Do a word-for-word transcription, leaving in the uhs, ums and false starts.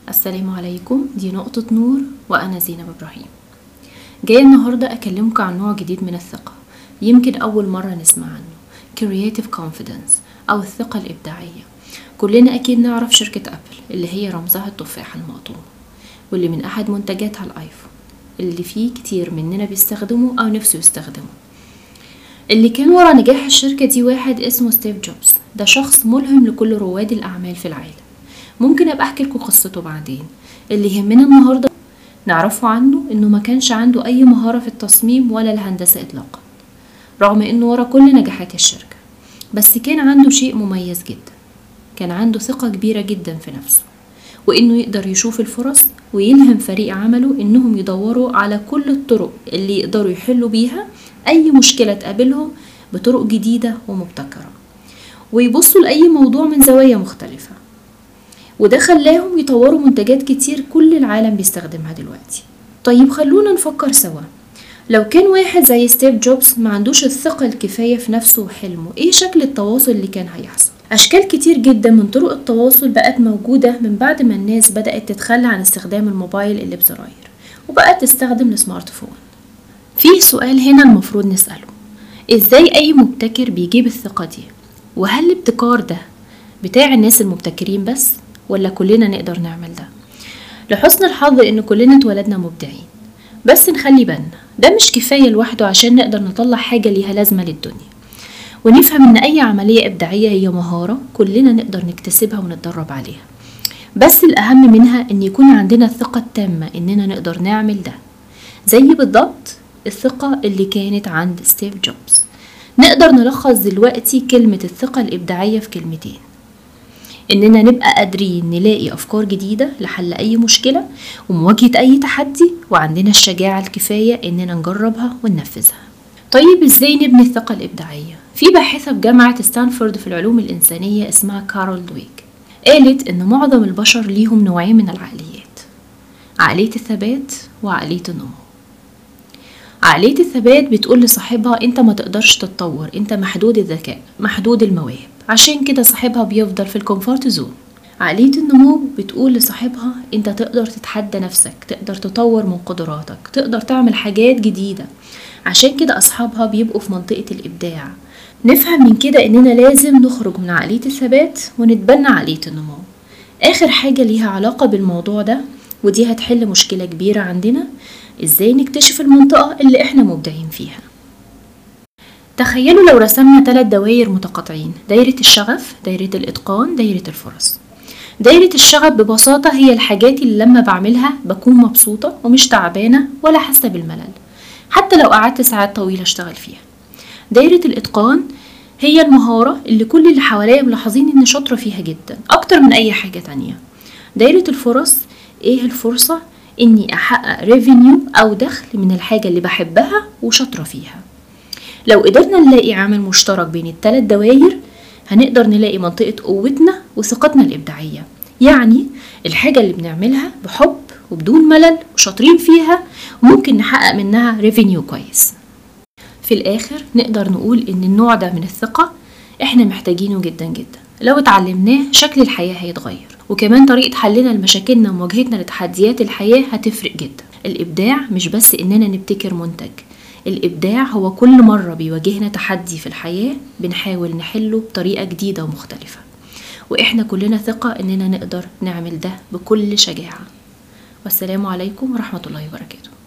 السلام عليكم، دي نقطة نور وأنا زينب إبراهيم. جاية النهاردة أكلمكم عن نوع جديد من الثقة، يمكن أول مرة نسمع عنه، Creative Confidence أو الثقة الإبداعية. كلنا أكيد نعرف شركة أبل اللي هي رمزها التفاحة المقطومة، واللي من أحد منتجاتها الآيفون اللي فيه كتير مننا بيستخدمه أو نفسه يستخدمه. اللي كان ورا نجاح الشركة دي واحد اسمه ستيف جوبز، ده شخص ملهم لكل رواد الأعمال في العالم. ممكن ابقى احكي لكم قصته بعدين. اللي يهمنا النهارده نعرفه عنه انه ما كانش عنده اي مهارة في التصميم ولا الهندسة اطلاقا، رغم انه ورا كل نجاحات الشركة. بس كان عنده شيء مميز جدا، كان عنده ثقة كبيرة جدا في نفسه، وانه يقدر يشوف الفرص ويلهم فريق عمله انهم يدوروا على كل الطرق اللي يقدروا يحلوا بيها اي مشكلة تقابلهم بطرق جديدة ومبتكرة، ويبصوا لأي موضوع من زوايا مختلفة. وده خلاهم يطوروا منتجات كتير كل العالم بيستخدمها دلوقتي. طيب خلونا نفكر سوا، لو كان واحد زي ستيف جوبز ما عندوش الثقة الكفاية في نفسه وحلمه، ايه شكل التواصل اللي كان هيحصل؟ اشكال كتير جدا من طرق التواصل بقت موجودة من بعد ما الناس بدأت تتخلى عن استخدام الموبايل اللي بزراير وبقت تستخدم السمارت فون. في سؤال هنا المفروض نسأله، ازاي اي مبتكر بيجيب الثقة دي؟ وهل الابتكار ده بتاع الناس المبتكرين بس، ولا كلنا نقدر نعمل ده؟ لحسن الحظ ان كلنا اتولدنا مبدعين، بس نخلي بالنا ده مش كفاية لوحده عشان نقدر نطلع حاجة ليها لازمة للدنيا. ونفهم ان اي عملية ابداعية هي مهارة كلنا نقدر نكتسبها ونتدرب عليها، بس الاهم منها ان يكون عندنا الثقة التامة اننا نقدر نعمل ده، زي بالضبط الثقة اللي كانت عند ستيف جوبز. نقدر نلخص دلوقتي كلمة الثقة الابداعية في كلمتين، اننا نبقى قادرين نلاقي افكار جديدة لحل اي مشكلة ومواجهة اي تحدي، وعندنا الشجاعة الكفاية اننا نجربها وننفذها. طيب ازاي نبني الثقة الابداعية؟ في باحثة في جامعة ستانفورد في العلوم الانسانية اسمها كارول دويك، قالت ان معظم البشر ليهم نوعين من العقليات، عقلية الثبات وعقلية النمو. عقلية الثبات بتقول لصاحبها انت ما تقدرش تتطور، انت محدود الذكاء محدود المواهب، عشان كده صاحبها بيفضل في الكومفورت زون. عقلية النمو بتقول لصاحبها انت تقدر تتحدى نفسك، تقدر تطور من قدراتك، تقدر تعمل حاجات جديدة، عشان كده اصحابها بيبقوا في منطقة الابداع. نفهم من كده اننا لازم نخرج من عقلية الثبات ونتبنى عقلية النمو. اخر حاجة ليها علاقة بالموضوع ده، ودي هتحل مشكلة كبيرة عندنا، ازاي نكتشف المنطقة اللي احنا مبدعين فيها. تخيلوا لو رسمنا ثلاث دوائر متقاطعين، دايرة الشغف، دايرة الاتقان، دايرة الفرص. دايرة الشغف ببساطة هي الحاجات اللي لما بعملها بكون مبسوطة ومش تعبانة ولا حاسة بالملل، حتى لو قعدت ساعات طويلة اشتغل فيها. دايرة الاتقان هي المهارة اللي كل اللي حواليا ملاحظين اني شاطرة فيها جدا اكتر من اي حاجة تانية. دايرة الفرص، ايه الفرصة؟ اني احقق ريفينيو او دخل من الحاجة اللي بحبها وشاطرة فيها. لو قدرنا نلاقي عامل مشترك بين الثلاث دوائر هنقدر نلاقي منطقة قوتنا وثقتنا الإبداعية، يعني الحاجة اللي بنعملها بحب وبدون ملل وشاطرين فيها وممكن نحقق منها ريفينيو كويس. في الآخر نقدر نقول إن النوع ده من الثقة إحنا محتاجينه جدا جدا. لو اتعلمناه شكل الحياة هيتغير، وكمان طريقة حلنا لمشاكلنا ومواجهتنا لتحديات الحياة هتفرق جدا. الإبداع مش بس إننا نبتكر منتج، الإبداع هو كل مرة بيواجهنا تحدي في الحياة بنحاول نحله بطريقة جديدة ومختلفة، وإحنا كلنا ثقة إننا نقدر نعمل ده بكل شجاعة. والسلام عليكم ورحمة الله وبركاته.